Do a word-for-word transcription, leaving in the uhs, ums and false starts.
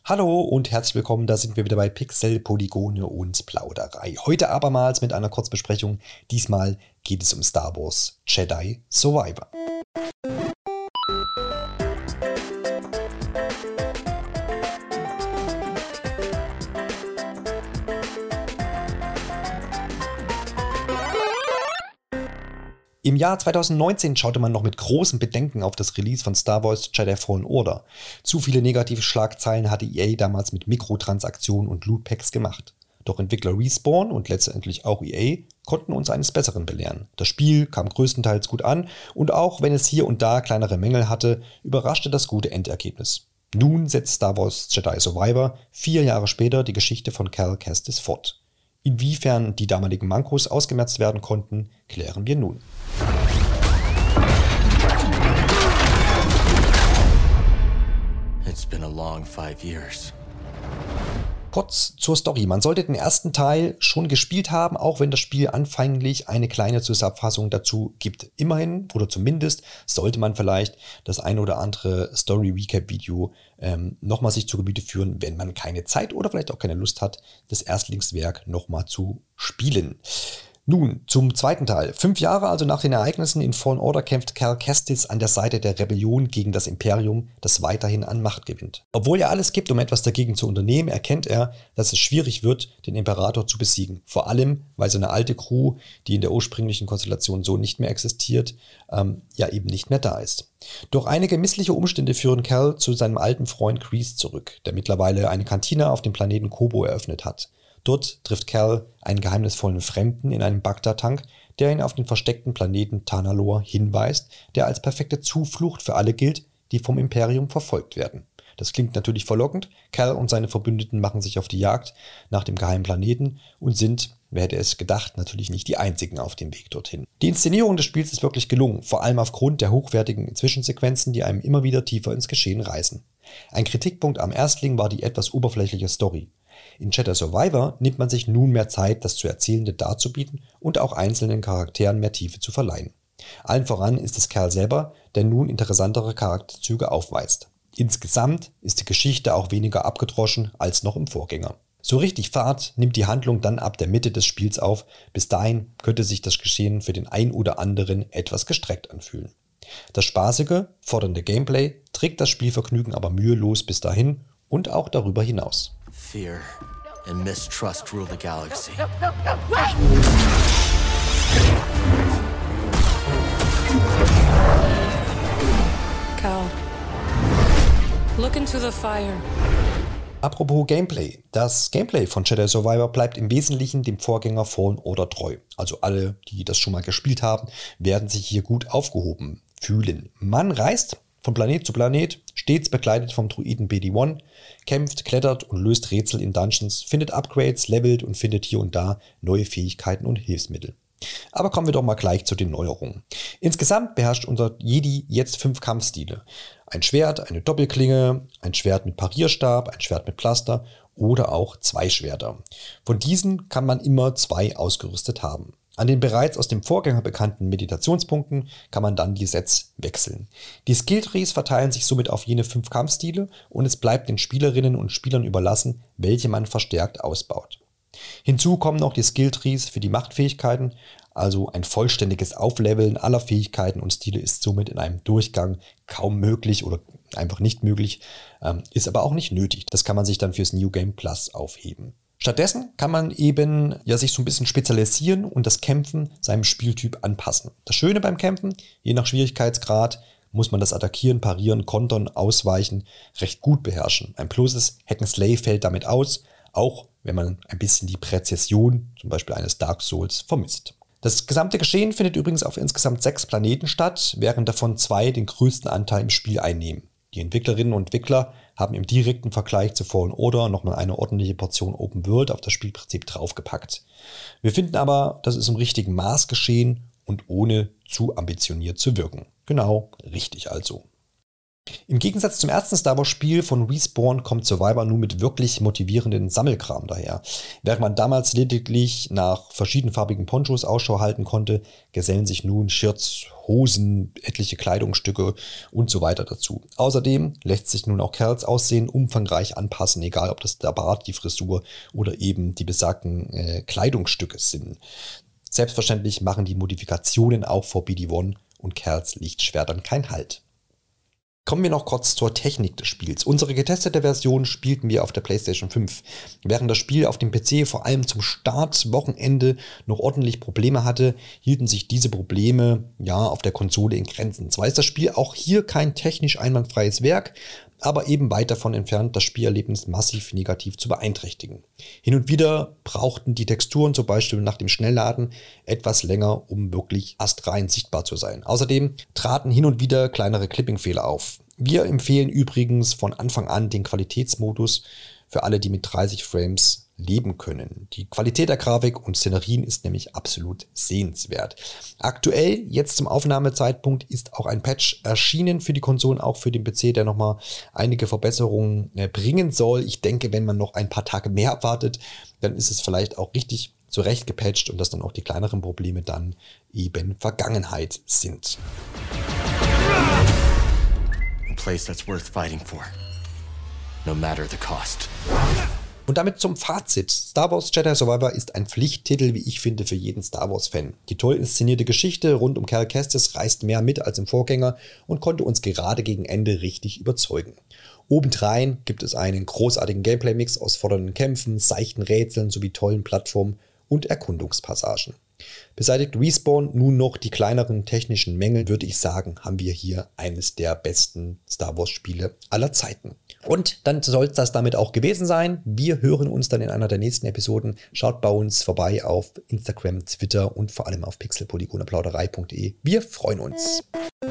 Hallo und herzlich willkommen, da sind wir wieder bei Pixel, Polygone und Plauderei. Heute abermals mit einer Kurzbesprechung. Diesmal geht es um Star Wars Jedi Survivor. Im Jahr zweitausendneunzehn schaute man noch mit großen Bedenken auf das Release von Star Wars Jedi Fallen Order. Zu viele negative Schlagzeilen hatte E A damals mit Mikrotransaktionen und Lootpacks gemacht. Doch Entwickler Respawn und letztendlich auch E A konnten uns eines Besseren belehren. Das Spiel kam größtenteils gut an und auch wenn es hier und da kleinere Mängel hatte, überraschte das gute Endergebnis. Nun setzt Star Wars Jedi Survivor vier Jahre später die Geschichte von Cal Kestis fort. Inwiefern die damaligen Mankos ausgemerzt werden konnten, klären wir nun. It's been a long five years. Kurz zur Story. Man sollte den ersten Teil schon gespielt haben, auch wenn das Spiel anfänglich eine kleine Zusammenfassung dazu gibt. Immerhin, oder zumindest, sollte man vielleicht das ein oder andere Story-Recap-Video ähm, nochmal sich zu Gemüte führen, wenn man keine Zeit oder vielleicht auch keine Lust hat, das Erstlingswerk nochmal zu spielen. Nun zum zweiten Teil. Fünf Jahre also nach den Ereignissen in Fallen Order kämpft Cal Kestis an der Seite der Rebellion gegen das Imperium, das weiterhin an Macht gewinnt. Obwohl er alles gibt, um etwas dagegen zu unternehmen, erkennt er, dass es schwierig wird, den Imperator zu besiegen. Vor allem, weil seine alte Crew, die in der ursprünglichen Konstellation so nicht mehr existiert, ähm, ja eben nicht mehr da ist. Doch einige missliche Umstände führen Cal zu seinem alten Freund Kreese zurück, der mittlerweile eine Kantine auf dem Planeten Kobo eröffnet hat. Dort trifft Cal einen geheimnisvollen Fremden in einem Bacta-Tank, der ihn auf den versteckten Planeten Tanalorr hinweist, der als perfekte Zuflucht für alle gilt, die vom Imperium verfolgt werden. Das klingt natürlich verlockend. Cal und seine Verbündeten machen sich auf die Jagd nach dem geheimen Planeten und sind, wer hätte es gedacht, natürlich nicht die einzigen auf dem Weg dorthin. Die Inszenierung des Spiels ist wirklich gelungen, vor allem aufgrund der hochwertigen Zwischensequenzen, die einem immer wieder tiefer ins Geschehen reißen. Ein Kritikpunkt am Erstling war die etwas oberflächliche Story. In Jedi Survivor nimmt man sich nun mehr Zeit, das zu Erzählende darzubieten und auch einzelnen Charakteren mehr Tiefe zu verleihen. Allen voran ist es Cal selber, der nun interessantere Charakterzüge aufweist. Insgesamt ist die Geschichte auch weniger abgedroschen als noch im Vorgänger. So richtig Fahrt nimmt die Handlung dann ab der Mitte des Spiels auf. Bis dahin könnte sich das Geschehen für den ein oder anderen etwas gestreckt anfühlen. Das spaßige, fordernde Gameplay trägt das Spielvergnügen aber mühelos bis dahin und auch darüber hinaus. Fear and mistrust rule the galaxy. No, no, no, wait! Cal, look into the fire. Apropos Gameplay. Das Gameplay von Jedi Survivor bleibt im Wesentlichen dem Vorgänger Fallen Order treu. Also alle, die das schon mal gespielt haben, werden sich hier gut aufgehoben fühlen. Man reist von Planet zu Planet, stets begleitet vom Druiden B D eins, kämpft, klettert und löst Rätsel in Dungeons, findet Upgrades, levelt und findet hier und da neue Fähigkeiten und Hilfsmittel. Aber kommen wir doch mal gleich zu den Neuerungen. Insgesamt beherrscht unser Jedi jetzt fünf Kampfstile. Ein Schwert, eine Doppelklinge, ein Schwert mit Parierstab, ein Schwert mit Plaster oder auch zwei Schwerter. Von diesen kann man immer zwei ausgerüstet haben. An den bereits aus dem Vorgänger bekannten Meditationspunkten kann man dann die Sets wechseln. Die Skilltrees verteilen sich somit auf jene fünf Kampfstile und es bleibt den Spielerinnen und Spielern überlassen, welche man verstärkt ausbaut. Hinzu kommen noch die Skilltrees für die Machtfähigkeiten, also ein vollständiges Aufleveln aller Fähigkeiten und Stile ist somit in einem Durchgang kaum möglich oder einfach nicht möglich, ist aber auch nicht nötig. Das kann man sich dann fürs New Game Plus aufheben. Stattdessen kann man eben ja sich so ein bisschen spezialisieren und das Kämpfen seinem Spieltyp anpassen. Das Schöne beim Kämpfen, je nach Schwierigkeitsgrad muss man das Attackieren, Parieren, Kontern, Ausweichen recht gut beherrschen. Ein bloßes Hack and Slay fällt damit aus, auch wenn man ein bisschen die Präzision, zum Beispiel eines Dark Souls, vermisst. Das gesamte Geschehen findet übrigens auf insgesamt sechs Planeten statt, während davon zwei den größten Anteil im Spiel einnehmen. Die Entwicklerinnen und Entwickler haben im direkten Vergleich zu Fallen Order nochmal eine ordentliche Portion Open World auf das Spielprinzip draufgepackt. Wir finden aber, das ist im richtigen Maß geschehen und ohne zu ambitioniert zu wirken. Genau, richtig also. Im Gegensatz zum ersten Star Wars Spiel von Respawn kommt Survivor nun mit wirklich motivierenden Sammelkram daher. Während man damals lediglich nach verschiedenfarbigen Ponchos Ausschau halten konnte, gesellen sich nun Shirts, Hosen, etliche Kleidungsstücke und so weiter dazu. Außerdem lässt sich nun auch Kerls Aussehen umfangreich anpassen, egal ob das der Bart, die Frisur oder eben die besagten äh, Kleidungsstücke sind. Selbstverständlich machen die Modifikationen auch vor B D eins und Kerls Lichtschwertern keinen Halt. Kommen wir noch kurz zur Technik des Spiels. Unsere getestete Version spielten wir auf der PlayStation fünf. Während das Spiel auf dem P C vor allem zum Startwochenende noch ordentlich Probleme hatte, hielten sich diese Probleme ja auf der Konsole in Grenzen. Zwar ist das Spiel auch hier kein technisch einwandfreies Werk, aber eben weit davon entfernt, das Spielerlebnis massiv negativ zu beeinträchtigen. Hin und wieder brauchten die Texturen zum Beispiel nach dem Schnellladen etwas länger, um wirklich astrein sichtbar zu sein. Außerdem traten hin und wieder kleinere Clipping-Fehler auf. Wir empfehlen übrigens von Anfang an den Qualitätsmodus für alle, die mit dreißig Frames leben können. Die Qualität der Grafik und Szenerien ist nämlich absolut sehenswert. Aktuell, jetzt zum Aufnahmezeitpunkt, ist auch ein Patch erschienen für die Konsolen, auch für den P C, der nochmal einige Verbesserungen bringen soll. Ich denke, wenn man noch ein paar Tage mehr abwartet, dann ist es vielleicht auch richtig zurecht gepatcht und dass dann auch die kleineren Probleme dann eben Vergangenheit sind. A place that's worth fighting for, no matter the cost. Und damit zum Fazit. Star Wars Jedi Survivor ist ein Pflichttitel, wie ich finde, für jeden Star Wars-Fan. Die toll inszenierte Geschichte rund um Cal Kestis reißt mehr mit als im Vorgänger und konnte uns gerade gegen Ende richtig überzeugen. Obendrein gibt es einen großartigen Gameplay-Mix aus fordernden Kämpfen, seichten Rätseln sowie tollen Plattformen und Erkundungspassagen. Beseitigt Respawn nun noch die kleineren technischen Mängel, würde ich sagen, haben wir hier eines der besten Star Wars Spiele aller Zeiten. Und dann soll es das damit auch gewesen sein. Wir hören uns dann in einer der nächsten Episoden. Schaut bei uns vorbei auf Instagram, Twitter und vor allem auf pixel polygon plauderei punkt de. Wir freuen uns.